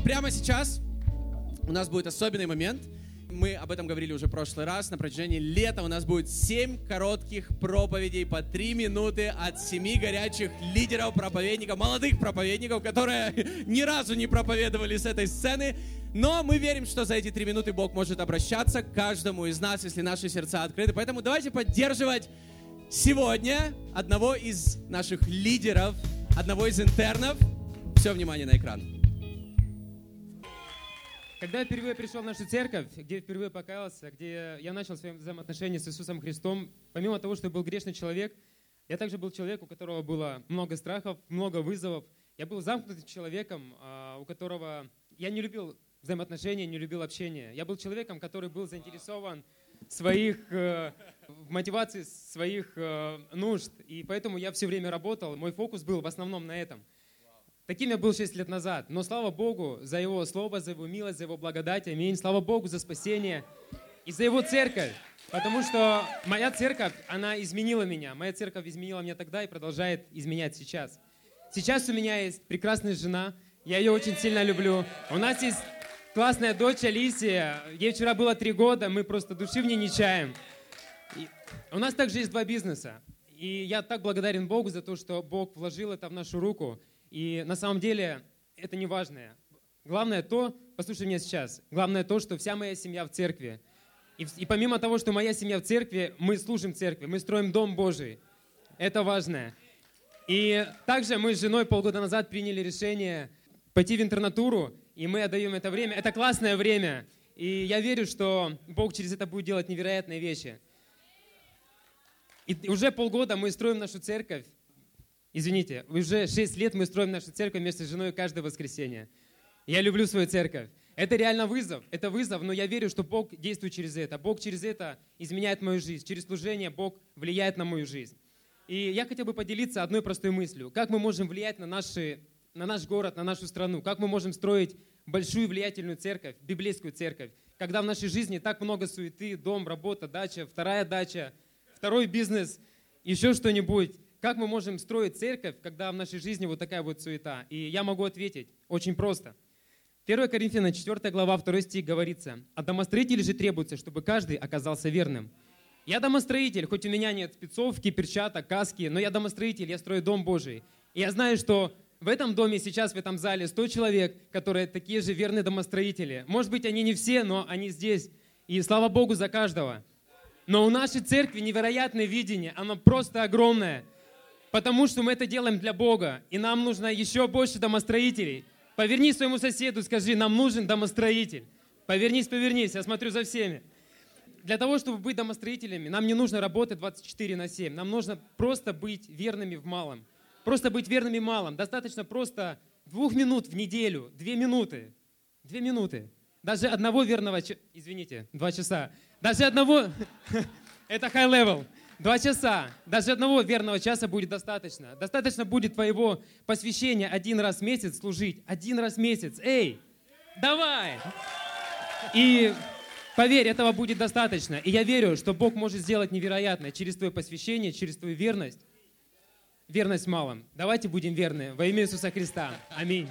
Прямо сейчас у нас будет особенный момент. Мы об этом говорили уже в прошлый раз. На протяжении лета у нас будет 7 коротких проповедей по 3 минуты от 7 горячих лидеров, проповедников, молодых проповедников, которые ни разу не проповедовали с этой сцены. Но мы верим, что за эти 3 минуты Бог может обращаться к каждому из нас, если наши сердца открыты. Поэтому давайте поддерживать сегодня одного из наших лидеров, одного из интернов. Все внимание на экран. Когда я впервые пришел в нашу церковь, где я впервые покаялся, где я начал свои взаимоотношения с Иисусом Христом, помимо того, что я был грешный человек, я также был человек, у которого было много страхов, много вызовов. Я был замкнутым человеком, у которого я не любил взаимоотношения, не любил общения. Я был человеком, который был заинтересован в мотивации своих нужд, и поэтому я все время работал. Мой фокус был в основном на этом. Таким я был 6 лет назад. Но слава Богу за Его Слово, за Его милость, за Его благодать. Аминь. Слава Богу за спасение и за Его церковь. Потому что моя церковь, она изменила меня. Моя церковь изменила меня тогда и продолжает изменять сейчас. Сейчас у меня есть прекрасная жена. Я ее очень сильно люблю. У нас есть классная дочь Алисия. Ей вчера было 3 года. Мы просто души в ней не чаем. И у нас также есть 2 бизнеса. И я так благодарен Богу за то, что Бог вложил это в нашу руку. И на самом деле это не важное. Главное то, послушай меня сейчас, главное то, что вся моя семья в церкви. И помимо того, что моя семья в церкви, мы служим церкви, мы строим Дом Божий. Это важное. И также мы с женой полгода назад приняли решение пойти в интернатуру, и мы отдаем это время. Это классное время. И я верю, что Бог через это будет делать невероятные вещи. И уже полгода мы строим нашу церковь. Извините, уже 6 лет мы строим нашу церковь вместе с женой каждое воскресенье. Я люблю свою церковь. Это реально вызов, но я верю, что Бог действует через это. Бог через это изменяет мою жизнь. Через служение Бог влияет на мою жизнь. И я хотел бы поделиться одной простой мыслью. Как мы можем влиять на наш город, на нашу страну? Как мы можем строить большую влиятельную церковь, библейскую церковь, когда в нашей жизни так много суеты, дом, работа, дача, вторая дача, второй бизнес, еще что-нибудь. Как мы можем строить церковь, когда в нашей жизни вот такая вот суета? И я могу ответить очень просто. 1 Коринфянам 4 глава 2 стих говорится: «От домостроителей же требуется, чтобы каждый оказался верным». Я домостроитель, хоть у меня нет спецовки, перчаток, каски, но я домостроитель, я строю Дом Божий. И я знаю, что в этом доме сейчас, в этом зале 100 человек, которые такие же верные домостроители. Может быть, они не все, но они здесь. И слава Богу за каждого. Но у нашей церкви невероятное видение, оно просто огромное. Потому что мы это делаем для Бога, и нам нужно еще больше домостроителей. Поверни своему соседу, скажи: нам нужен домостроитель. Повернись, я смотрю за всеми. Для того, чтобы быть домостроителями, нам не нужно работать 24/7. Нам нужно просто быть верными в малом. Просто быть верными в малом. Достаточно просто 2 минут в неделю, 2 минуты. 2 минуты. Даже одного верного... 2 часа. Даже одного... Это high level. 2 часа, даже одного верного часа будет достаточно. Достаточно будет твоего посвящения 1 раз в месяц служить. 1 раз в месяц. Эй, давай! И поверь, этого будет достаточно. И я верю, что Бог может сделать невероятное через твое посвящение, через твою верность. Верность в малом. Давайте будем верны во имя Иисуса Христа. Аминь.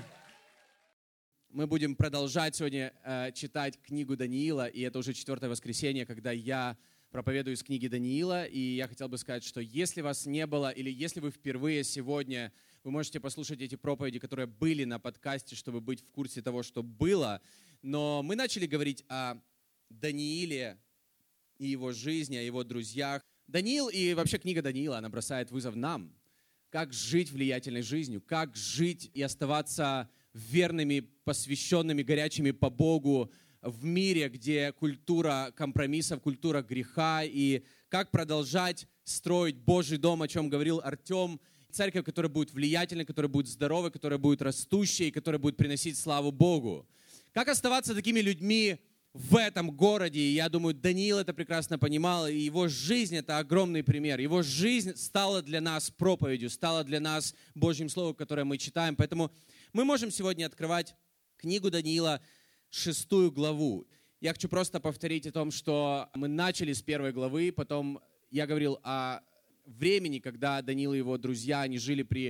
Мы будем продолжать сегодня читать книгу Даниила, и это уже 4-е воскресенье, когда я проповедую из книги Даниила, и я хотел бы сказать, что если вас не было, или если вы впервые сегодня, вы можете послушать эти проповеди, которые были на подкасте, чтобы быть в курсе того, что было. Но мы начали говорить о Данииле и его жизни, о его друзьях. Даниил и вообще книга Даниила, она бросает вызов нам. Как жить влиятельной жизнью, как жить и оставаться верными, посвященными, горячими по Богу, в мире, где культура компромиссов, культура греха, и как продолжать строить Божий дом, о чем говорил Артем, церковь, которая будет влиятельной, которая будет здоровой, которая будет растущей, которая будет приносить славу Богу. Как оставаться такими людьми в этом городе? И я думаю, Даниил это прекрасно понимал, и его жизнь — это огромный пример. Его жизнь стала для нас проповедью, стала для нас Божьим Словом, которое мы читаем. Поэтому мы можем сегодня открывать книгу Даниила, 6 главу. Я хочу просто повторить о том, что мы начали с 1 главы, потом я говорил о времени, когда Даниил и его друзья, они жили при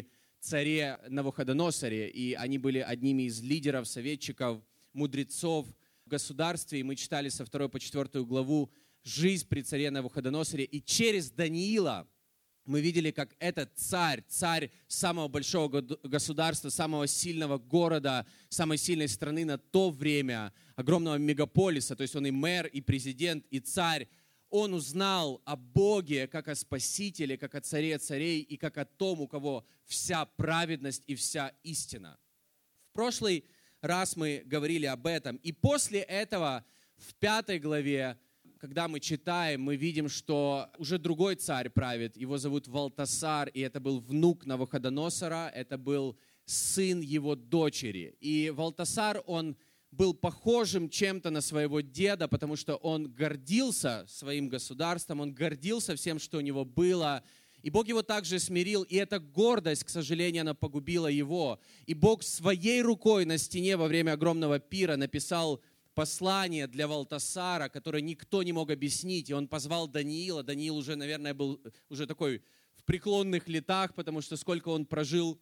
царе Навуходоносоре, и они были одними из лидеров, советчиков, мудрецов в государстве. И мы читали со 2 по 4 главу жизнь при царе Навуходоносоре. И через Даниила мы видели, как этот царь самого большого государства, самого сильного города, самой сильной страны на то время, огромного мегаполиса, то есть он и мэр, и президент, и царь, он узнал о Боге как о Спасителе, как о Царе царей и как о том, у кого вся праведность и вся истина. В прошлый раз мы говорили об этом. И после этого в 5 главе, когда мы читаем, мы видим, что уже другой царь правит. Его зовут Валтасар, и это был внук Навуходоносора, это был сын его дочери. И Валтасар, он был похожим чем-то на своего деда, потому что он гордился своим государством, он гордился всем, что у него было. И Бог его также смирил, и эта гордость, к сожалению, она погубила его. И Бог своей рукой на стене во время огромного пира написал послание для Валтасара, которое никто не мог объяснить. И он позвал Даниила. Даниил уже, наверное, был уже такой в преклонных летах, потому что сколько он прожил.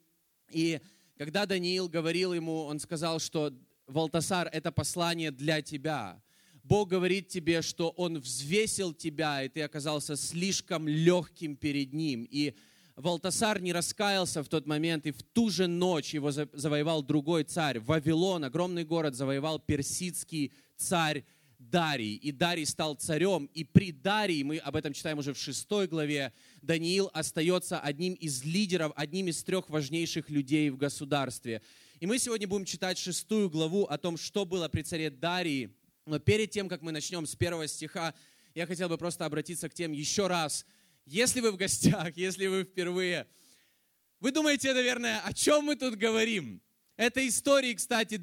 И когда Даниил говорил ему, он сказал, что Валтасар, это послание для тебя. Бог говорит тебе, что Он взвесил тебя, и ты оказался слишком легким перед Ним. И Валтасар не раскаялся в тот момент, и в ту же ночь его завоевал другой царь. Вавилон, огромный город, завоевал персидский царь Дарий. И Дарий стал царем. И при Дарии, мы об этом читаем уже в 6 главе, Даниил остается одним из лидеров, одним из 3 важнейших людей в государстве. И мы сегодня будем читать 6 главу о том, что было при царе Дарии. Но перед тем, как мы начнем с 1 стиха, я хотел бы просто обратиться к тем еще раз. Если вы в гостях, если вы впервые, вы думаете, наверное, о чем мы тут говорим? Этой истории, кстати,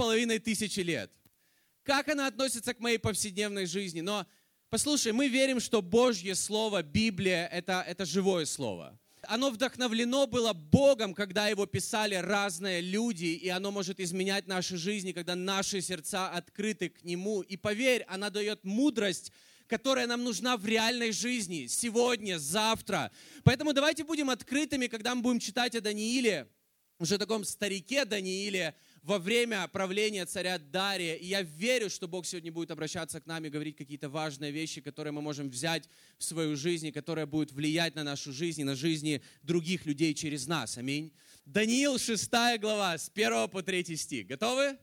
2500 лет. Как она относится к моей повседневной жизни? Но послушай, мы верим, что Божье Слово, Библия, это живое Слово. Оно вдохновлено было Богом, когда его писали разные люди, и оно может изменять наши жизни, когда наши сердца открыты к Нему. И поверь, она дает мудрость, которая нам нужна в реальной жизни, сегодня, завтра. Поэтому давайте будем открытыми, когда мы будем читать о Данииле, уже таком старике Данииле, во время правления царя Дария. И я верю, что Бог сегодня будет обращаться к нам и говорить какие-то важные вещи, которые мы можем взять в свою жизнь, которые будут влиять на нашу жизнь и на жизни других людей через нас. Аминь. Даниил, 6 глава, с 1 по 3 стих. Готовы?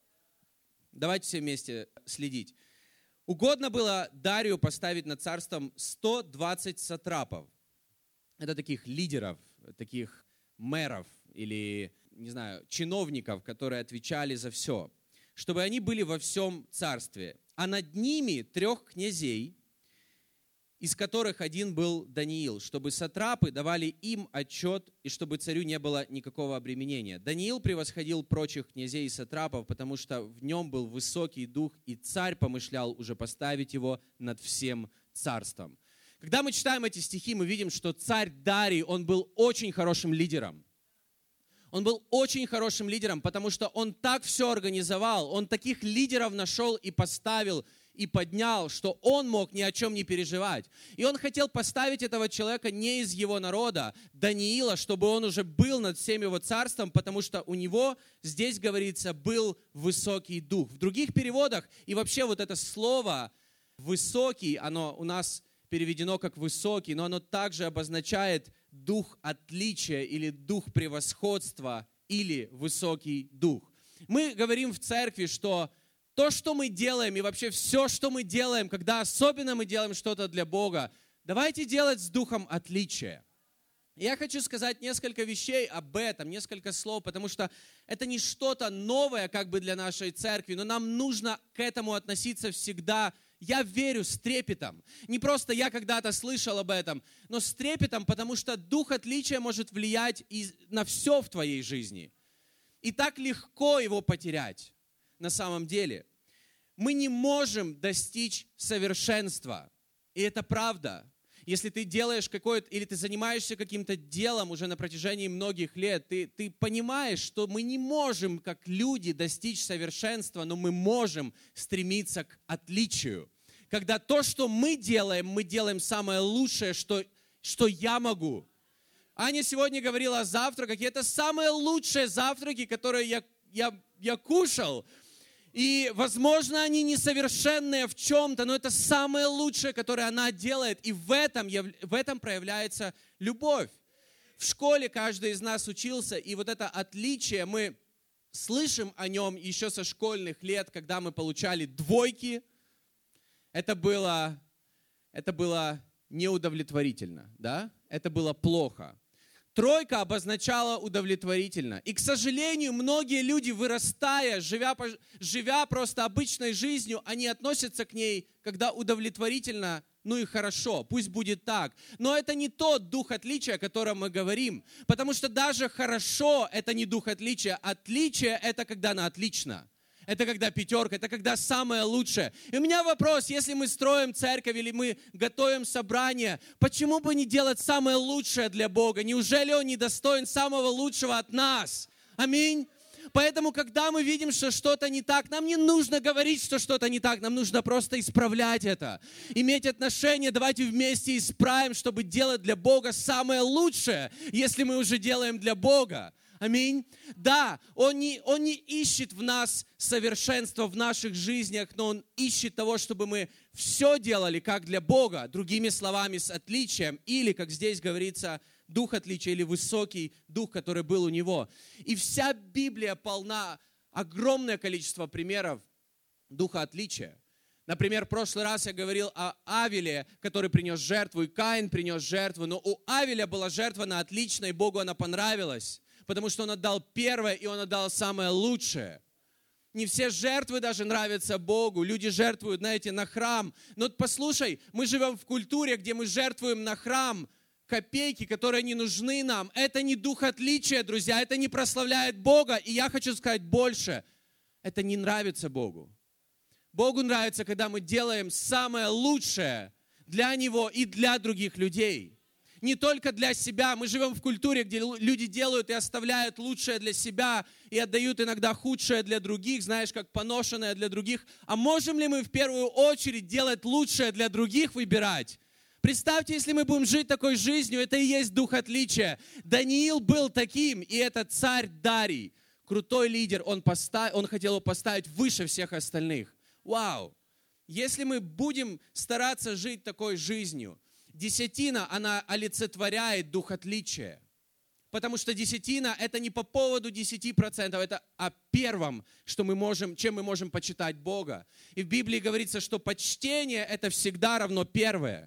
Давайте все вместе следить. «Угодно было Дарию поставить над царством 120 сатрапов». Это таких лидеров, таких мэров или, не знаю, чиновников, которые отвечали за все, чтобы они были во всем царстве. А над ними 3 князей, из которых один был Даниил, чтобы сатрапы давали им отчет, и чтобы царю не было никакого обременения. Даниил превосходил прочих князей и сатрапов, потому что в нем был высокий дух, и царь помышлял уже поставить его над всем царством. Когда мы читаем эти стихи, мы видим, что царь Дарий, он был очень хорошим лидером. Он был очень хорошим лидером, потому что он так все организовал, он таких лидеров нашел и поставил, и поднял, что он мог ни о чем не переживать. И он хотел поставить этого человека не из его народа, Даниила, чтобы он уже был над всем его царством, потому что у него, здесь говорится, был высокий дух. В других переводах, и вообще вот это слово «высокий», оно у нас переведено как «высокий», но оно также обозначает дух отличия или дух превосходства или высокий дух. Мы говорим в церкви, что то, что мы делаем, и вообще все, что мы делаем, когда особенно мы делаем что-то для Бога, давайте делать с духом отличия. Я хочу сказать несколько вещей об этом, несколько слов, потому что это не что-то новое как бы для нашей церкви, но нам нужно к этому относиться всегда. Я верю с трепетом. Не просто я когда-то слышал об этом, но с трепетом, потому что дух отличия может влиять на все в твоей жизни. И так легко его потерять на самом деле. Мы не можем достичь совершенства. И это правда. Если ты делаешь какое-то, или ты занимаешься каким-то делом уже на протяжении многих лет, ты понимаешь, что мы не можем, как люди, достичь совершенства, но мы можем стремиться к отличию. Когда то, что мы делаем самое лучшее, что я могу. Аня сегодня говорила о завтраках, и это самые лучшие завтраки, которые я кушал. И, возможно, они несовершенные в чем-то, но это самое лучшее, которое она делает. И в этом проявляется любовь. В школе каждый из нас учился, и вот это отличие, мы слышим о нем еще со школьных лет, когда мы получали двойки. Это было неудовлетворительно, да? Это было плохо. Тройка обозначала удовлетворительно. И, к сожалению, многие люди, вырастая, живя просто обычной жизнью, они относятся к ней, когда удовлетворительно, ну и хорошо, пусть будет так. Но это не тот дух отличия, о котором мы говорим. Потому что даже хорошо – это не дух отличия. Отличие – это когда на отлично. Это когда пятерка, это когда самое лучшее. И у меня вопрос, если мы строим церковь или мы готовим собрание, почему бы не делать самое лучшее для Бога? Неужели Он не достоин самого лучшего от нас? Аминь. Поэтому, когда мы видим, что что-то не так, нам не нужно говорить, что что-то не так, нам нужно просто исправлять это. Иметь отношения, давайте вместе исправим, чтобы делать для Бога самое лучшее, если мы уже делаем для Бога. Аминь. Да, Он не ищет в нас совершенства в наших жизнях, но Он ищет того, чтобы мы все делали как для Бога, другими словами, с отличием, или, как здесь говорится, дух отличия, или высокий дух, который был у Него. И вся Библия полна, огромное количество примеров духа отличия. Например, в прошлый раз я говорил о Авеле, который принес жертву, и Каин принес жертву, но у Авеля была жертва на отлично, и Богу она понравилась. Потому что он отдал первое, и он отдал самое лучшее. Не все жертвы даже нравятся Богу. Люди жертвуют, знаете, на храм. Но послушай, мы живем в культуре, где мы жертвуем на храм копейки, которые не нужны нам. Это не дух отличия, друзья. Это не прославляет Бога. И я хочу сказать больше. Это не нравится Богу. Богу нравится, когда мы делаем самое лучшее для Него и для других людей. Не только для себя. Мы живем в культуре, где люди делают и оставляют лучшее для себя и отдают иногда худшее для других, знаешь, как поношенное для других. А можем ли мы в первую очередь делать лучшее для других, выбирать? Представьте, если мы будем жить такой жизнью, это и есть дух отличия. Даниил был таким, и этот царь Дарий, крутой лидер, он хотел его поставить выше всех остальных. Вау! Если мы будем стараться жить такой жизнью, десятина, она олицетворяет дух отличия. Потому что десятина – это не по поводу 10%, это о первом, чем мы можем почитать Бога. И в Библии говорится, что почтение – это всегда равно первое.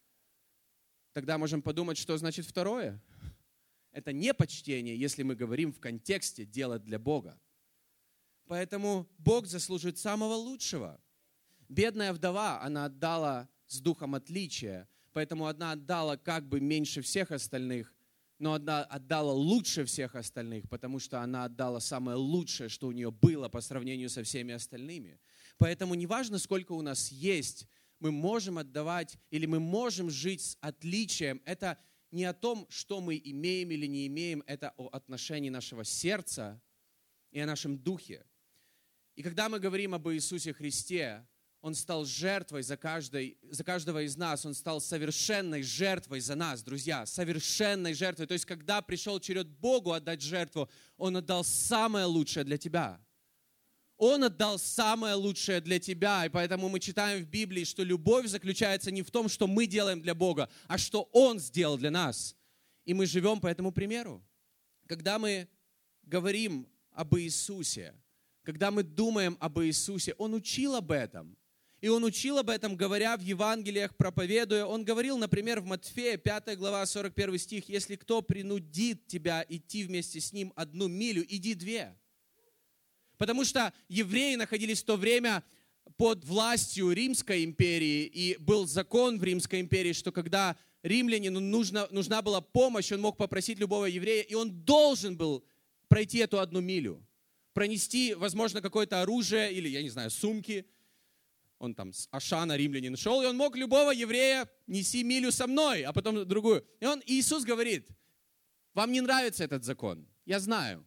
Тогда можем подумать, что значит второе. Это не почтение, если мы говорим в контексте «делать для Бога». Поэтому Бог заслуживает самого лучшего. Бедная вдова, она отдала с духом отличия. Поэтому одна отдала как бы меньше всех остальных, но одна отдала лучше всех остальных, потому что она отдала самое лучшее, что у нее было по сравнению со всеми остальными. Поэтому неважно, сколько у нас есть, мы можем отдавать или мы можем жить с отличием. Это не о том, что мы имеем или не имеем, это о отношении нашего сердца и о нашем духе. И когда мы говорим об Иисусе Христе, Он стал жертвой за каждого из нас. Он стал совершенной жертвой за нас, друзья. Совершенной жертвой. То есть, когда пришел черед Богу отдать жертву, Он отдал самое лучшее для тебя. Он отдал самое лучшее для тебя. И поэтому мы читаем в Библии, что любовь заключается не в том, что мы делаем для Бога, а что Он сделал для нас. И мы живем по этому примеру. Когда мы говорим об Иисусе, когда мы думаем об Иисусе, Он учил об этом. И Он учил об этом, говоря в Евангелиях, проповедуя. Он говорил, например, в Матфея, 5 глава, 41 стих, «Если кто принудит тебя идти вместе с ним 1 милю, иди 2». Потому что евреи находились в то время под властью Римской империи, и был закон в Римской империи, что когда римлянину нужна была помощь, он мог попросить любого еврея, и он должен был пройти эту 1 милю, пронести, возможно, какое-то оружие или, я не знаю, сумки. Он там с Ашана, римлянин, шел, и он мог любого еврея неси милю со мной, а потом другую. И Иисус говорит, вам не нравится этот закон, я знаю.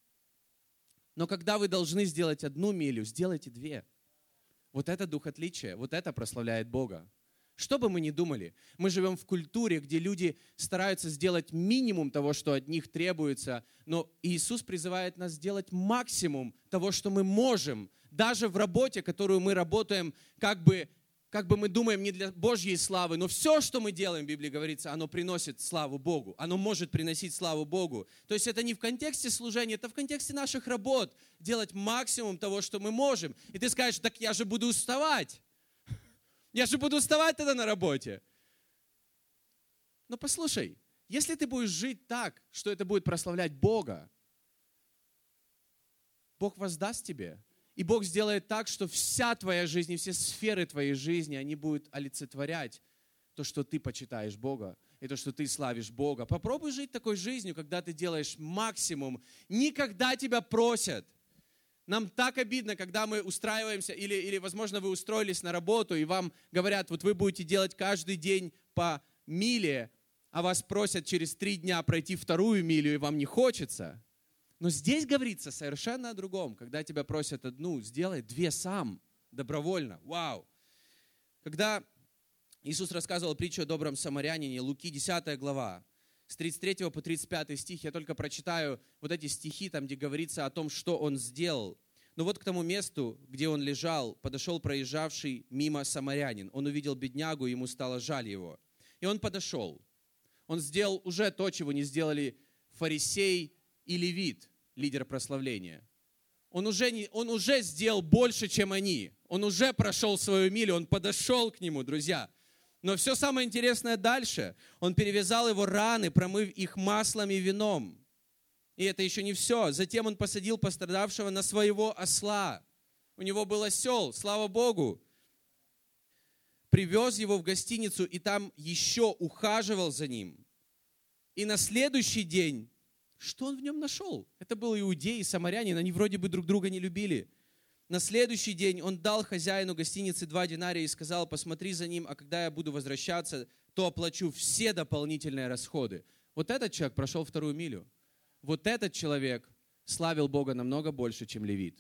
Но когда вы должны сделать 1 милю, сделайте 2. Вот это дух отличия, вот это прославляет Бога. Что бы мы ни думали, мы живем в культуре, где люди стараются сделать минимум того, что от них требуется, но Иисус призывает нас сделать максимум того, что мы можем, даже в работе, которую мы работаем, как бы мы думаем, не для Божьей славы, но все, что мы делаем, в Библии говорится, оно приносит славу Богу, оно может приносить славу Богу. То есть это не в контексте служения, это в контексте наших работ, делать максимум того, что мы можем. И ты скажешь, так я же буду уставать. Я же буду уставать тогда на работе. Но послушай, если ты будешь жить так, что это будет прославлять Бога, Бог воздаст тебе. И Бог сделает так, что вся твоя жизнь и все сферы твоей жизни, они будут олицетворять то, что ты почитаешь Бога, и то, что ты славишь Бога. Попробуй жить такой жизнью, когда ты делаешь максимум. Никогда тебя просят. Нам так обидно, когда мы устраиваемся, или, возможно, вы устроились на работу, и вам говорят, вот вы будете делать каждый день по миле, а вас просят через 3 дня пройти 2 милю, и вам не хочется. Но здесь говорится совершенно о другом. Когда тебя просят 1, сделай 2 сам, добровольно. Вау! Когда Иисус рассказывал притчу о добром самарянине, Луки 10 глава, с 33 по 35 стих, я только прочитаю вот эти стихи, там, где говорится о том, что он сделал. Но вот к тому месту, где он лежал, подошел проезжавший мимо самарянин. Он увидел беднягу, ему стало жаль его. И он подошел. Он сделал уже то, чего не сделали фарисей и левит, лидер прославления. Он уже сделал больше, чем они. Он уже прошел свою милю, он подошел к нему, друзья. Но все самое интересное дальше. Он перевязал его раны, промыв их маслом и вином. И это еще не все. Затем он посадил пострадавшего на своего осла. У него был осел, слава Богу. Привез его в гостиницу и там еще ухаживал за ним. И на следующий день, что он в нем нашел? Это был иудей и самарянин, они вроде бы друг друга не любили. На следующий день он дал хозяину гостиницы 2 динария и сказал, посмотри за ним, а когда я буду возвращаться, то оплачу все дополнительные расходы. Вот этот человек прошел 2 милю. Вот этот человек славил Бога намного больше, чем левит.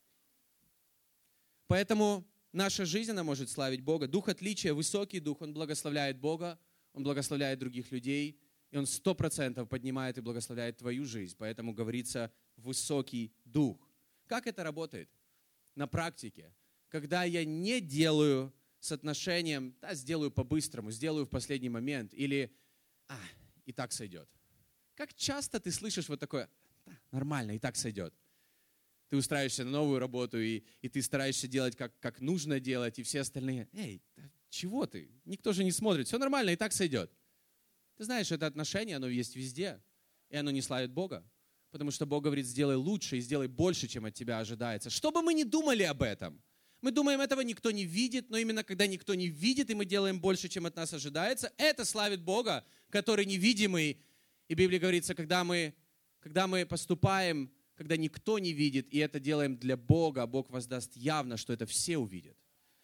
Поэтому наша жизнь, она может славить Бога. Дух отличия, высокий дух, он благословляет Бога, он благословляет других людей, и он 100% поднимает и благословляет твою жизнь. Поэтому говорится высокий дух. Как это работает? На практике, когда я не делаю с отношением, сделаю по-быстрому, сделаю в последний момент, или и так сойдет. Как часто ты слышишь вот такое, нормально, и так сойдет. Ты устраиваешься на новую работу, и ты стараешься делать, как нужно делать, и все остальные, чего ты? Никто же не смотрит, все нормально, и так сойдет. Ты знаешь, это отношение, оно есть везде, и оно не славит Бога. Потому что Бог говорит, сделай лучше и сделай больше, чем от тебя ожидается. Что бы мы ни думали об этом, мы думаем, этого никто не видит, но именно когда никто не видит, и мы делаем больше, чем от нас ожидается, это славит Бога, который невидимый. И в Библии говорится, когда мы поступаем, когда никто не видит, и это делаем для Бога, Бог воздаст явно, что это все увидят.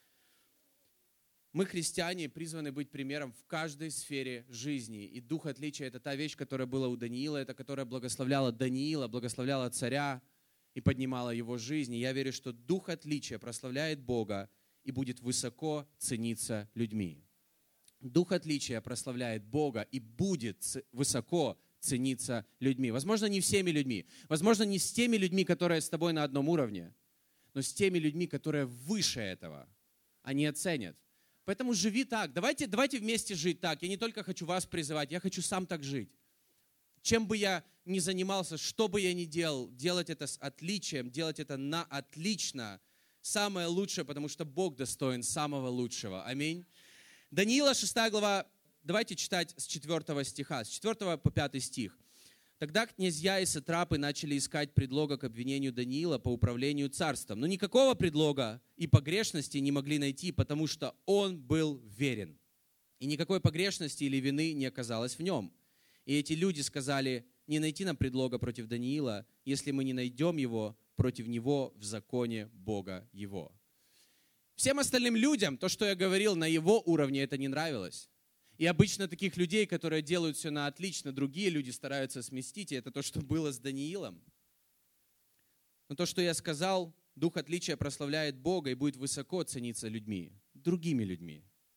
Мы, христиане, призваны быть примером в каждой сфере жизни. И дух отличия – это та вещь, которая была у Даниила, это которая благословляла Даниила, благословляла царя и поднимала его жизнь. И я верю, что дух отличия прославляет Бога и будет высоко цениться людьми. Дух отличия прославляет Бога и будет высоко цениться людьми. Возможно, не всеми людьми. Возможно, не с теми людьми, которые с тобой на одном уровне, но с теми людьми, которые выше этого. Они оценят. Поэтому живи так. Давайте вместе жить так. Я не только хочу вас призывать, я хочу сам так жить. Чем бы я ни занимался, что бы я ни делал, делать это с отличием, делать это на отлично. Самое лучшее, потому что Бог достоин самого лучшего. Аминь. Даниила 6 глава. Давайте читать с 4 стиха, с 4 по 5 стих. Тогда князья и сатрапы начали искать предлога к обвинению Даниила по управлению царством. Но никакого предлога и погрешности не могли найти, потому что он был верен. И никакой погрешности или вины не оказалось в нем. И эти люди сказали, не найти нам предлога против Даниила, если мы не найдем его против него в законе Бога его. Всем остальным людям то, что я говорил на его уровне, это не нравилось. И обычно таких людей, которые делают все на отлично, другие люди стараются сместить, и это то, что было с Даниилом. Но то, что я сказал, дух отличия прославляет Бога и будет высоко цениться людьми, другими людьми.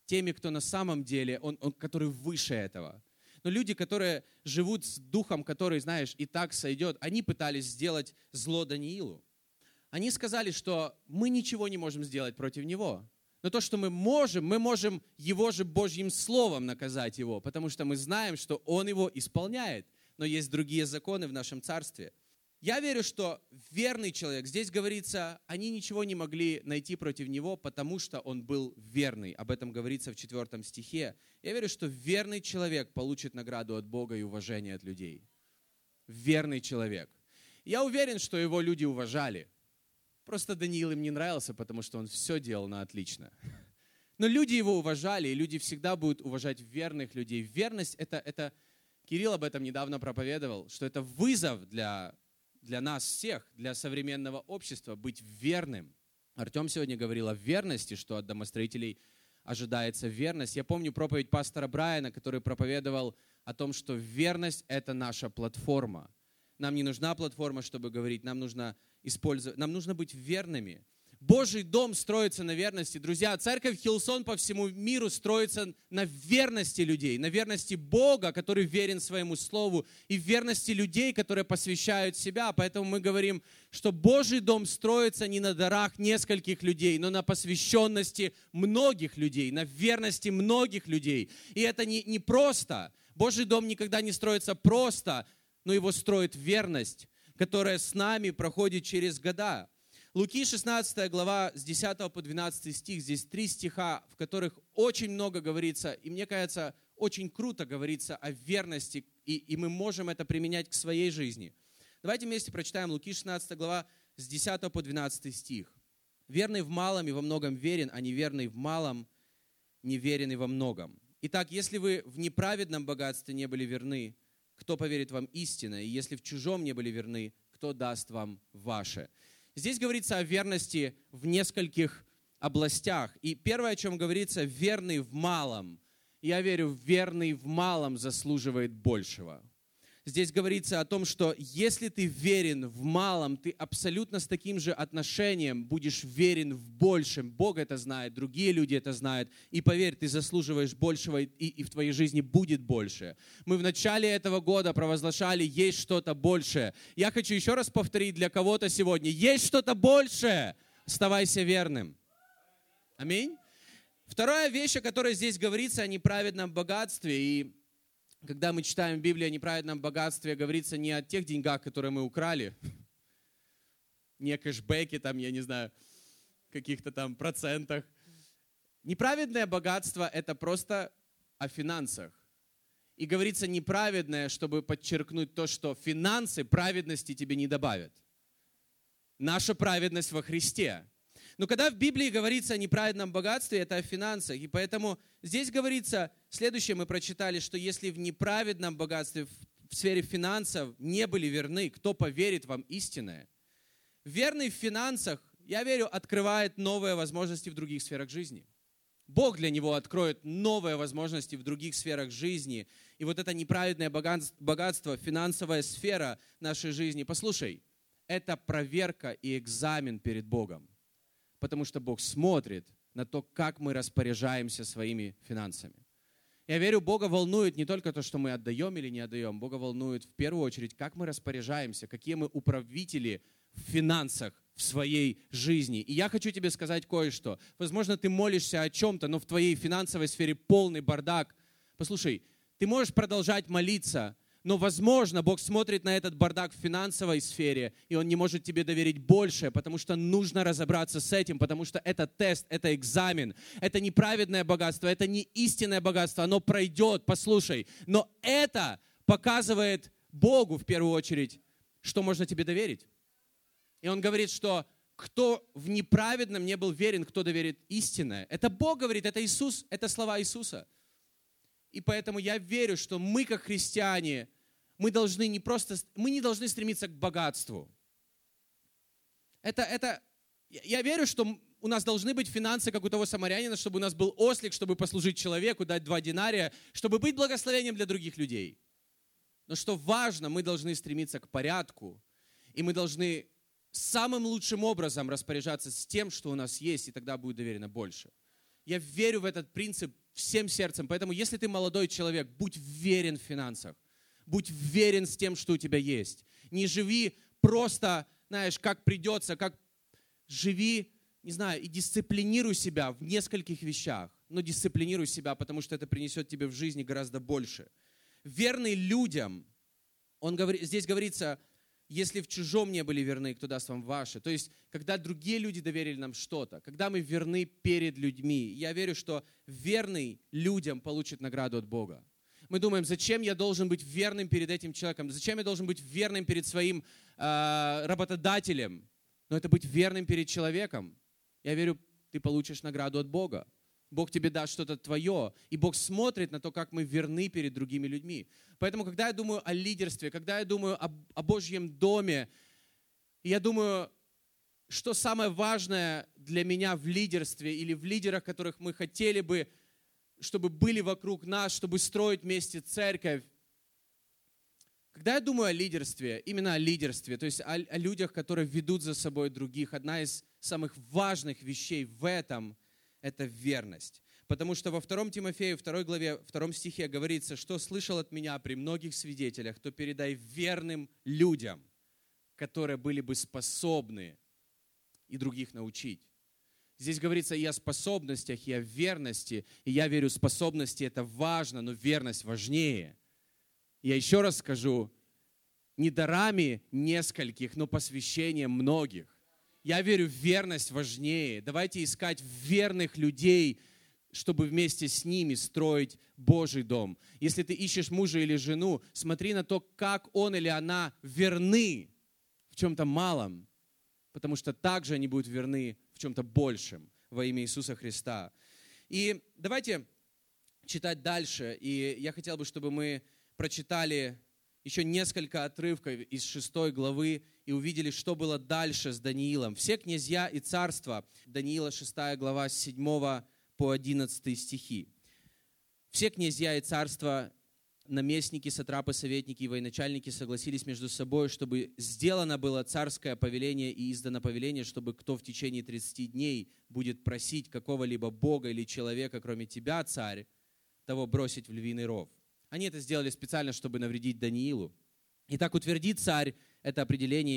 теми, кто на самом деле, который выше этого. Но люди, которые живут с духом, который, знаешь, и так сойдет, они пытались сделать зло Даниилу. Они сказали, что мы ничего не можем сделать против него. Но то, что мы можем его же Божьим словом наказать его, потому что мы знаем, что он его исполняет. Но есть другие законы в нашем царстве. Я верю, что верный человек, здесь говорится, они ничего не могли найти против него, потому что он был верный. Об этом говорится в 4 стихе. Я верю, что верный человек получит награду от Бога и уважение от людей. Верный человек. Я уверен, что его люди уважали. Просто Даниил им не нравился, потому что он все делал на отлично. Но люди его уважали, и люди всегда будут уважать верных людей. Верность это Кирилл об этом недавно проповедовал, что это вызов для нас всех, для современного общества, быть верным. Артем сегодня говорил о верности, что от домостроителей ожидается верность. Я помню проповедь пастора Брайана, который проповедовал о том, что верность – это наша платформа. Нам не нужна платформа, чтобы говорить, нам нужно быть верными. Божий дом строится на верности. Друзья, церковь Хиллсон по всему миру строится на верности людей, на верности Бога, который верен своему слову, и верности людей, которые посвящают себя. Поэтому мы говорим, что Божий дом строится не на дарах нескольких людей, но на посвященности многих людей, на верности многих людей. И это не просто. Божий дом никогда не строится просто, но его строит верность, которая с нами проходит через года. Луки 16 глава с 10 по 12 стих, здесь 3 стиха, в которых очень много говорится, и мне кажется, очень круто говорится о верности, и мы можем это применять к своей жизни. Давайте вместе прочитаем Луки 16 глава с 10 по 12 стих. «Верный в малом и во многом верен, а неверный в малом неверен и во многом. Итак, если вы в неправедном богатстве не были верны, кто поверит вам истинно? И если в чужом не были верны, кто даст вам ваше?» Здесь говорится о верности в нескольких областях. И первое, о чем говорится, верный в малом. Я верю, верный в малом заслуживает большего. Здесь говорится о том, что если ты верен в малом, ты абсолютно с таким же отношением будешь верен в большем. Бог это знает, другие люди это знают. И поверь, ты заслуживаешь большего, и в твоей жизни будет больше. Мы в начале этого года провозглашали, есть что-то большее. Я хочу еще раз повторить для кого-то сегодня. Есть что-то большее. Оставайся верным. Аминь. Вторая вещь, о которой здесь говорится, о неправедном богатстве. И когда мы читаем в Библии о неправедном богатстве, говорится не о тех деньгах, которые мы украли, не о кэшбэке, там, я не знаю, каких-то там процентах. Неправедное богатство – это просто о финансах. И говорится неправедное, чтобы подчеркнуть то, что финансы праведности тебе не добавят. Наша праведность во Христе. Но когда в Библии говорится о неправедном богатстве, это о финансах. И поэтому здесь говорится, следующее мы прочитали, что если в неправедном богатстве, в сфере финансов не были верны, кто поверит вам истинное? Верный в финансах, я верю, открывает новые возможности в других сферах жизни. Бог для него откроет новые возможности в других сферах жизни. И вот это неправедное богатство, финансовая сфера нашей жизни, послушай, это проверка и экзамен перед Богом. Потому что Бог смотрит на то, как мы распоряжаемся своими финансами. Я верю, Бога волнует не только то, что мы отдаем или не отдаем. Бога волнует в первую очередь, как мы распоряжаемся, какие мы управители в финансах в своей жизни. И я хочу тебе сказать кое-что. Возможно, ты молишься о чем-то, но в твоей финансовой сфере полный бардак. Послушай, ты можешь продолжать молиться, но, возможно, Бог смотрит на этот бардак в финансовой сфере, и Он не может тебе доверить больше, потому что нужно разобраться с этим, потому что это тест, это экзамен, это неправедное богатство, это не истинное богатство, оно пройдет, послушай. Но это показывает Богу, в первую очередь, что можно тебе доверить. И Он говорит, что кто в неправедном не был верен, кто доверит истинное. Это Бог говорит, это Иисус, это слова Иисуса. И поэтому я верю, что мы, как христиане, мы не должны стремиться к богатству. Я верю, что у нас должны быть финансы, как у того самарянина, чтобы у нас был ослик, чтобы послужить человеку, дать 2 динария, чтобы быть благословением для других людей. Но что важно, мы должны стремиться к порядку, и мы должны самым лучшим образом распоряжаться с тем, что у нас есть, и тогда будет доверено больше. Я верю в этот принцип всем сердцем. Поэтому, если ты молодой человек, будь верен в финансах. Будь верен с тем, что у тебя есть. Не живи просто, знаешь, как придется, как живи, не знаю, и дисциплинируй себя в нескольких вещах. Но дисциплинируй себя, потому что это принесет тебе в жизни гораздо больше. Верный людям, здесь говорится, если в чужом не были верны, кто даст вам ваше. То есть, когда другие люди доверили нам что-то, когда мы верны перед людьми, я верю, что верный людям получит награду от Бога. Мы думаем, зачем я должен быть верным перед этим человеком, зачем я должен быть верным перед своим работодателем. Но это быть верным перед человеком. Я верю, ты получишь награду от Бога. Бог тебе даст что-то твое, и Бог смотрит на то, как мы верны перед другими людьми. Поэтому, когда я думаю о лидерстве, когда я думаю о Божьем доме, я думаю, что самое важное для меня в лидерстве или в лидерах, которых мы хотели бы, чтобы были вокруг нас, чтобы строить вместе церковь. Когда я думаю о лидерстве, именно о лидерстве, то есть о людях, которые ведут за собой других, одна из самых важных вещей в этом – это верность. Потому что во 2 Тимофею, 2 главе, 2 стихе говорится, что слышал от меня при многих свидетелях, то передай верным людям, которые были бы способны и других научить. Здесь говорится и о способностях, и о верности. И я верю, способности это важно, но верность важнее. Я еще раз скажу, не дарами нескольких, но посвящением многих. Я верю, верность важнее. Давайте искать верных людей, чтобы вместе с ними строить Божий дом. Если ты ищешь мужа или жену, смотри на то, как он или она верны в чем-то малом, потому что также они будут верны в чем-то большем во имя Иисуса Христа. И давайте читать дальше. И я хотел бы, чтобы мы прочитали еще несколько отрывков из 6 главы и увидели, что было дальше с Даниилом. Все князья и царства, Даниила 6 глава с 7 по 11 стихи. Все князья и царства, наместники, сатрапы, советники и военачальники согласились между собой, чтобы сделано было царское повеление и издано повеление, чтобы кто в течение 30 дней будет просить какого-либо бога или человека, кроме тебя, царь, того бросить в львиный ров. Они это сделали специально, чтобы навредить Даниилу. Итак, утверди, царь, это определение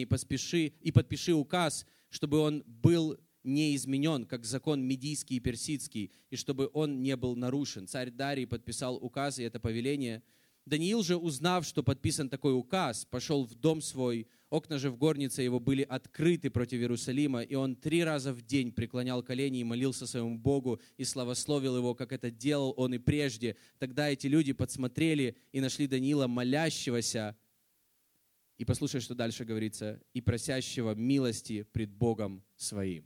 и подпиши указ, чтобы он был не изменен, как закон медийский и персидский, и чтобы он не был нарушен. Царь Дарий подписал указ и это повеление. Даниил же, узнав, что подписан такой указ, пошел в дом свой, окна же в горнице его были открыты против Иерусалима, и он 3 раза в день преклонял колени и молился своему Богу, и славословил его, как это делал он и прежде. Тогда эти люди подсмотрели и нашли Даниила молящегося, и послушай, что дальше говорится, и просящего милости пред Богом своим.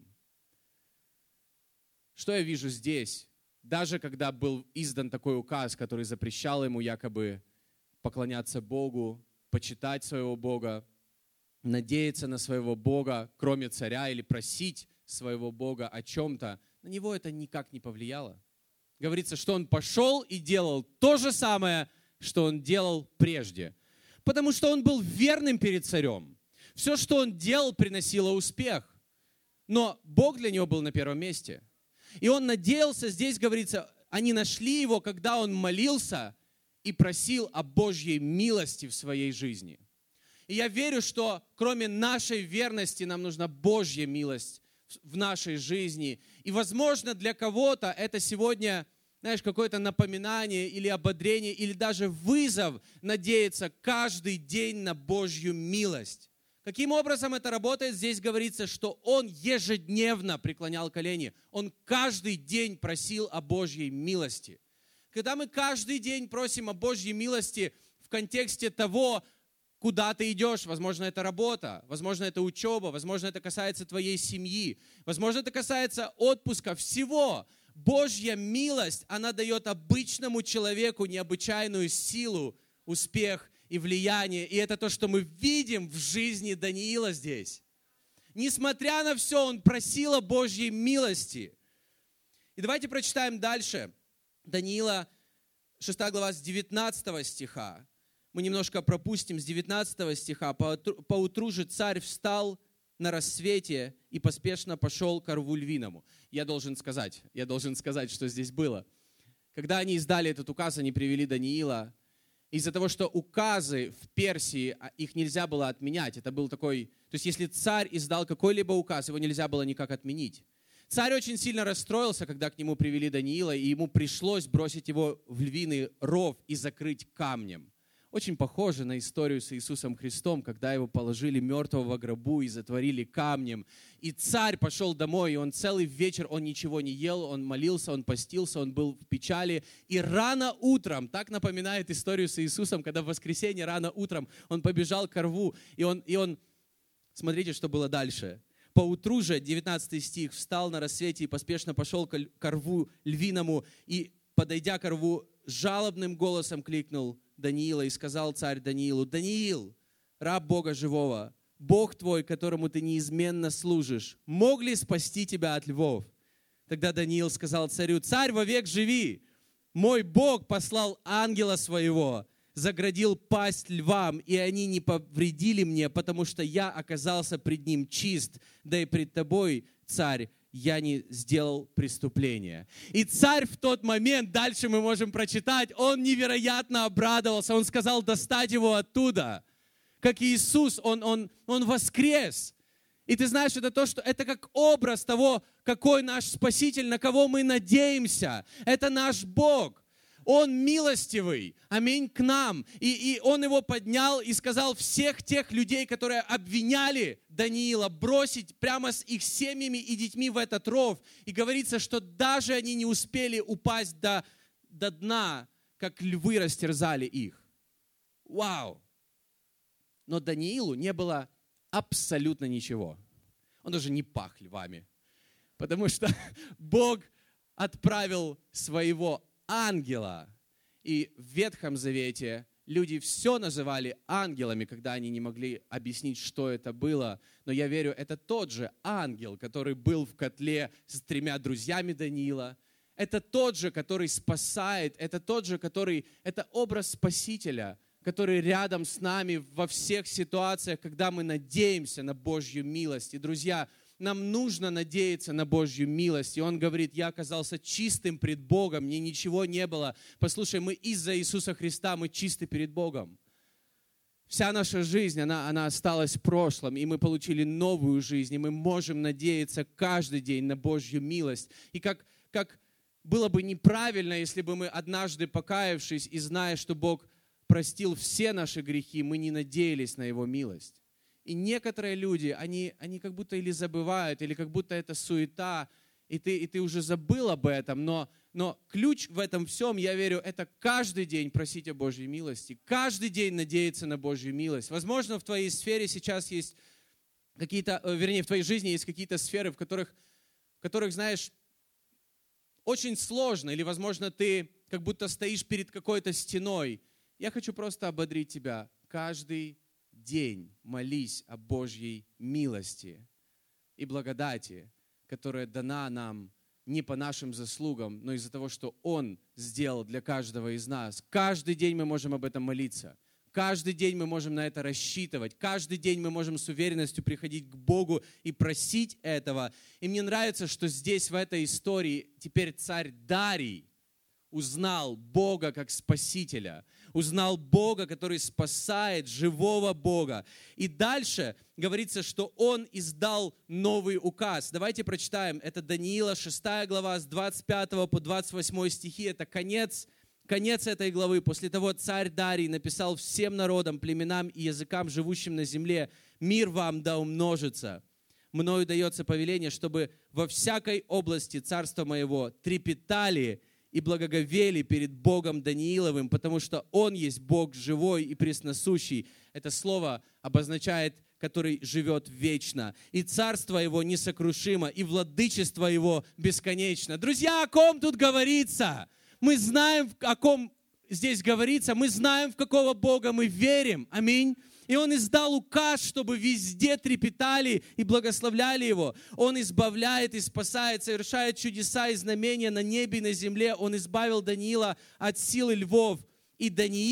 Что я вижу здесь? Даже когда был издан такой указ, который запрещал ему якобы поклоняться Богу, почитать своего Бога, надеяться на своего Бога, кроме царя, или просить своего Бога о чем-то, на него это никак не повлияло. Говорится, что он пошел и делал то же самое, что он делал прежде. Потому что он был верным перед царем. Все, что он делал, приносило успех. Но Бог для него был на первом месте. И он надеялся, здесь говорится, они нашли его, когда он молился и просил о Божьей милости в своей жизни. И я верю, что кроме нашей верности нам нужна Божья милость в нашей жизни. И, возможно, для кого-то это сегодня, знаешь, какое-то напоминание или ободрение, или даже вызов надеяться каждый день на Божью милость. Каким образом это работает? Здесь говорится, что он ежедневно преклонял колени. Он каждый день просил о Божьей милости. Когда мы каждый день просим о Божьей милости в контексте того, куда ты идешь, возможно, это работа, возможно, это учеба, возможно, это касается твоей семьи, возможно, это касается отпуска, всего. Божья милость, она дает обычному человеку необычайную силу, успех и влияние. И это то, что мы видим в жизни Даниила здесь. Несмотря на все, он просил о Божьей милости. И давайте прочитаем дальше. Даниила, 6 глава, с 19 стиха. Мы немножко пропустим с 19 стиха. «Поутру же царь встал на рассвете и поспешно пошел к рву львиному. Я должен сказать, что здесь было. Когда они издали этот указ, они привели Даниила. Из-за того, что указы в Персии, их нельзя было отменять. Это был такой... То есть, если царь издал какой-либо указ, его нельзя было никак отменить. Царь очень сильно расстроился, когда к нему привели Даниила, и ему пришлось бросить его в львиный ров и закрыть камнем. Очень похоже на историю с Иисусом Христом, когда его положили мертвого в гробу и затворили камнем. И царь пошел домой, и он целый вечер, он ничего не ел, он молился, он постился, он был в печали. И рано утром, так напоминает историю с Иисусом, когда в воскресенье рано утром он побежал к рву, и он смотрите, что было дальше. Поутру же, 19 стих, встал на рассвете и поспешно пошел к рву львиному, и, подойдя к рву, жалобным голосом кликнул Даниила и сказал царь Даниилу: «Даниил, раб Бога живого, Бог твой, которому ты неизменно служишь, мог ли спасти тебя от львов?» Тогда Даниил сказал царю: «Царь, вовек живи! Мой Бог послал ангела своего, заградил пасть львам, и они не повредили мне, потому что я оказался пред ним чист, да и пред тобой, царь, я не сделал преступления». И царь в тот момент, дальше мы можем прочитать, он невероятно обрадовался. Он сказал достать его оттуда. Как Иисус, он воскрес. И ты знаешь, это как образ того, какой наш Спаситель, на кого мы надеемся. Это наш Бог. Он милостивый, аминь, к нам. И он его поднял и сказал всех тех людей, которые обвиняли Даниила, бросить прямо с их семьями и детьми в этот ров. И говорится, что даже они не успели упасть до дна, как львы растерзали их. Вау! Но Даниилу не было абсолютно ничего. Он даже не пах львами. Потому что Бог отправил своего ангела. И в Ветхом Завете люди все называли ангелами, когда они не могли объяснить, что это было. Но я верю, это тот же ангел, который был в котле с 3 друзьями Даниила. Это тот же, который спасает. Это тот же, это образ Спасителя, который рядом с нами во всех ситуациях, когда мы надеемся на Божью милость. И, друзья, нам нужно надеяться на Божью милость. И он говорит: я оказался чистым пред Богом, мне ничего не было. Послушай, мы из-за Иисуса Христа, мы чисты перед Богом. Вся наша жизнь, она осталась в прошлом, и мы получили новую жизнь, и мы можем надеяться каждый день на Божью милость. И как было бы неправильно, если бы мы однажды, покаявшись и зная, что Бог простил все наши грехи, мы не надеялись на Его милость. И некоторые люди, они как будто или забывают, или как будто это суета, и ты уже забыл об этом, но ключ в этом всем, я верю, это каждый день просить о Божьей милости, каждый день надеяться на Божью милость. Возможно, в твоей сфере сейчас есть в твоей жизни есть какие-то сферы, в которых, знаешь, очень сложно, или, возможно, ты как будто стоишь перед какой-то стеной. Я хочу просто ободрить тебя. Каждый день молись о Божьей милости и благодати, которая дана нам не по нашим заслугам, но из-за того, что Он сделал для каждого из нас. Каждый день мы можем об этом молиться. Каждый день мы можем на это рассчитывать. Каждый день мы можем с уверенностью приходить к Богу и просить этого. И мне нравится, что здесь, в этой истории, теперь царь Дарий узнал Бога как Спасителя, узнал Бога, который спасает, живого Бога. И дальше говорится, что он издал новый указ. Давайте прочитаем. Это Даниила, 6 глава, с 25 по 28 стихи. Это конец этой главы. После того царь Дарий написал всем народам, племенам и языкам, живущим на земле: «Мир вам да умножится. Мною дается повеление, чтобы во всякой области царства моего трепетали и благоговели перед Богом Данииловым, потому что Он есть Бог живой и пресносущий». Это слово обозначает, который живет вечно. И царство Его несокрушимо, и владычество Его бесконечно. Друзья, о ком тут говорится? Мы знаем, о ком здесь говорится. Мы знаем, в какого Бога мы верим. Аминь. И Он издал указ, чтобы везде трепетали и благословляли Его. Он избавляет и спасает, совершает чудеса и знамения на небе и на земле. Он избавил Даниила от силы львов. И Даниил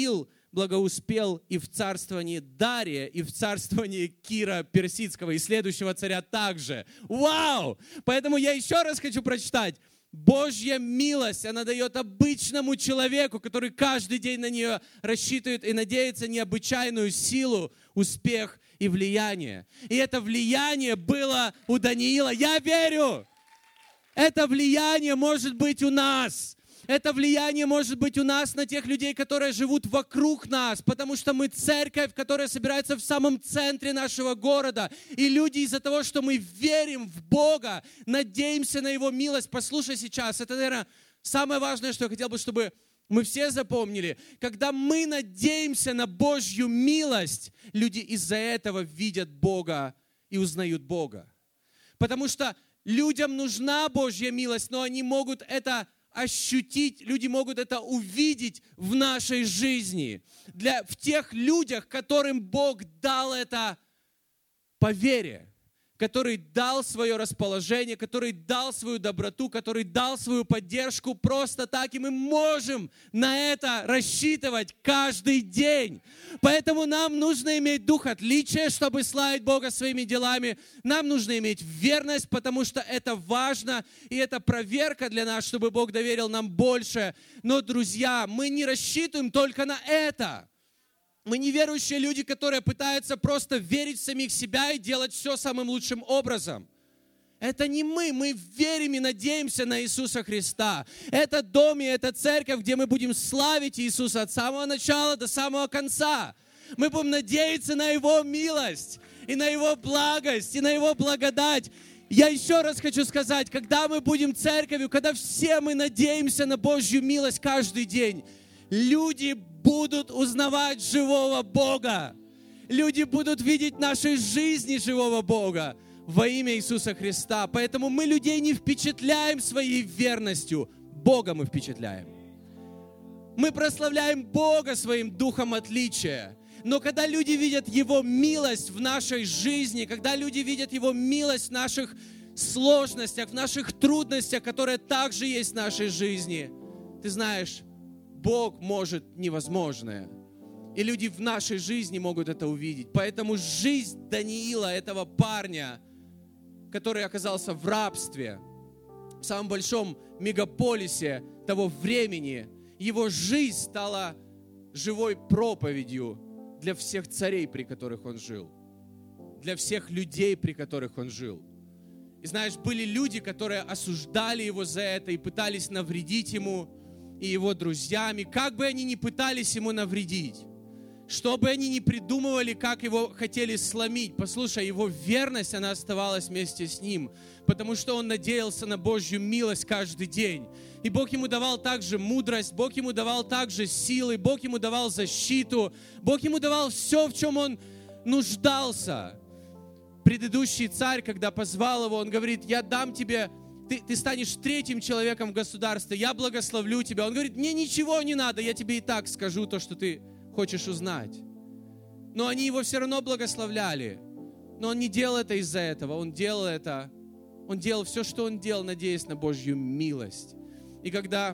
благоуспел и в царствовании Дария, и в царствовании Кира Персидского, и следующего царя также. Вау! Поэтому я еще раз хочу прочитать. Божья милость, она дает обычному человеку, который каждый день на нее рассчитывает и надеется, необычайную силу, успех и влияние. И это влияние было у Даниила. Я верю! Это влияние может быть у нас. Это влияние может быть у нас на тех людей, которые живут вокруг нас, потому что мы церковь, которая собирается в самом центре нашего города. И люди из-за того, что мы верим в Бога, надеемся на Его милость. Послушай сейчас, это, наверное, самое важное, что я хотел бы, чтобы мы все запомнили. Когда мы надеемся на Божью милость, люди из-за этого видят Бога и узнают Бога. Потому что людям нужна Божья милость, но они могут это ощутить, люди могут это увидеть в нашей жизни. В тех людях, которым Бог дал это по вере, который дал свое расположение, который дал свою доброту, который дал свою поддержку просто так, и мы можем на это рассчитывать каждый день. Поэтому нам нужно иметь дух отличия, чтобы славить Бога своими делами. Нам нужно иметь верность, потому что это важно, и это проверка для нас, чтобы Бог доверил нам больше. Но, друзья, мы не рассчитываем только на это. Мы неверующие люди, которые пытаются просто верить в самих себя и делать все самым лучшим образом. Это не мы. Мы верим и надеемся на Иисуса Христа. Это дом и это церковь, где мы будем славить Иисуса от самого начала до самого конца. Мы будем надеяться на Его милость, и на Его благость, и на Его благодать. Я еще раз хочу сказать, когда мы будем церковью, когда все мы надеемся на Божью милость каждый день, люди будут узнавать живого Бога. Люди будут видеть в нашей жизни живого Бога во имя Иисуса Христа. Поэтому мы людей не впечатляем своей верностью. Бога мы впечатляем. Мы прославляем Бога своим духом отличия. Но когда люди видят Его милость в нашей жизни, когда люди видят Его милость в наших сложностях, в наших трудностях, которые также есть в нашей жизни, ты знаешь, Бог может невозможное. И люди в нашей жизни могут это увидеть. Поэтому жизнь Даниила, этого парня, который оказался в рабстве, в самом большом мегаполисе того времени, его жизнь стала живой проповедью для всех царей, при которых он жил. Для всех людей, при которых он жил. И знаешь, были люди, которые осуждали его за это и пытались навредить ему и его друзьями, как бы они ни пытались ему навредить, что бы они ни придумывали, как его хотели сломить. Послушай, его верность, она оставалась вместе с ним, потому что он надеялся на Божью милость каждый день. И Бог ему давал также мудрость, Бог ему давал также силы, Бог ему давал защиту, Бог ему давал все, в чем он нуждался. Предыдущий царь, когда позвал его, он говорит: я дам тебе... Ты станешь третьим человеком в государстве, я благословлю тебя. Он говорит: мне ничего не надо, я тебе и так скажу то, что ты хочешь узнать. Но они его все равно благословляли. Но он не делал это из-за этого, он делал все, что он делал, надеясь на Божью милость. И когда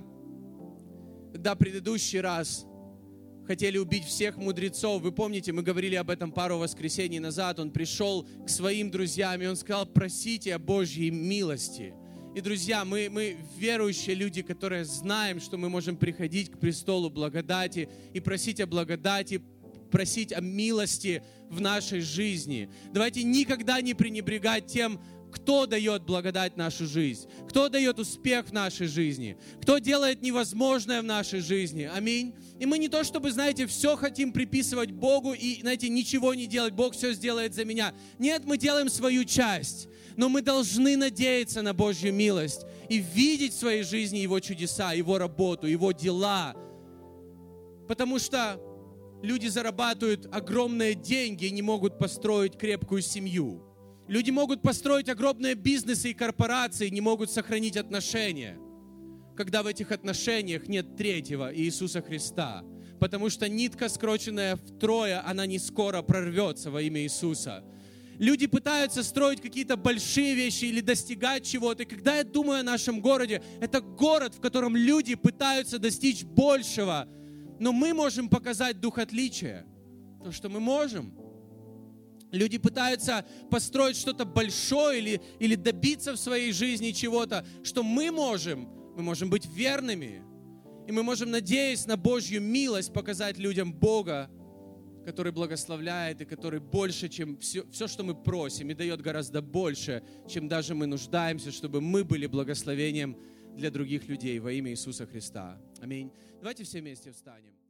предыдущий раз хотели убить всех мудрецов, вы помните, мы говорили об этом пару воскресений назад, он пришел к своим друзьям, и он сказал: просите о Божьей милости. И, друзья, мы верующие люди, которые знаем, что мы можем приходить к престолу благодати и просить о благодати, просить о милости в нашей жизни. Давайте никогда не пренебрегать тем, кто дает благодать в нашу жизнь, кто дает успех в нашей жизни, кто делает невозможное в нашей жизни. Аминь. И мы не то, чтобы, знаете, все хотим приписывать Богу и, знаете, ничего не делать, Бог все сделает за меня. Нет, мы делаем свою часть. Но мы должны надеяться на Божью милость и видеть в своей жизни Его чудеса, Его работу, Его дела. Потому что люди зарабатывают огромные деньги и не могут построить крепкую семью. Люди могут построить огромные бизнесы и корпорации, не могут сохранить отношения, когда в этих отношениях нет третьего Иисуса Христа. Потому что нитка, скрученная втрое, она не скоро прорвется во имя Иисуса. Люди пытаются строить какие-то большие вещи или достигать чего-то. И когда я думаю о нашем городе, это город, в котором люди пытаются достичь большего. Но мы можем показать дух отличия. То, что мы можем. Люди пытаются построить что-то большое или добиться в своей жизни чего-то, что мы можем быть верными. И мы можем, надеясь на Божью милость, показать людям Бога, который благословляет и который больше, чем все, что мы просим, и дает гораздо больше, чем даже мы нуждаемся, чтобы мы были благословением для других людей во имя Иисуса Христа. Аминь. Давайте все вместе встанем.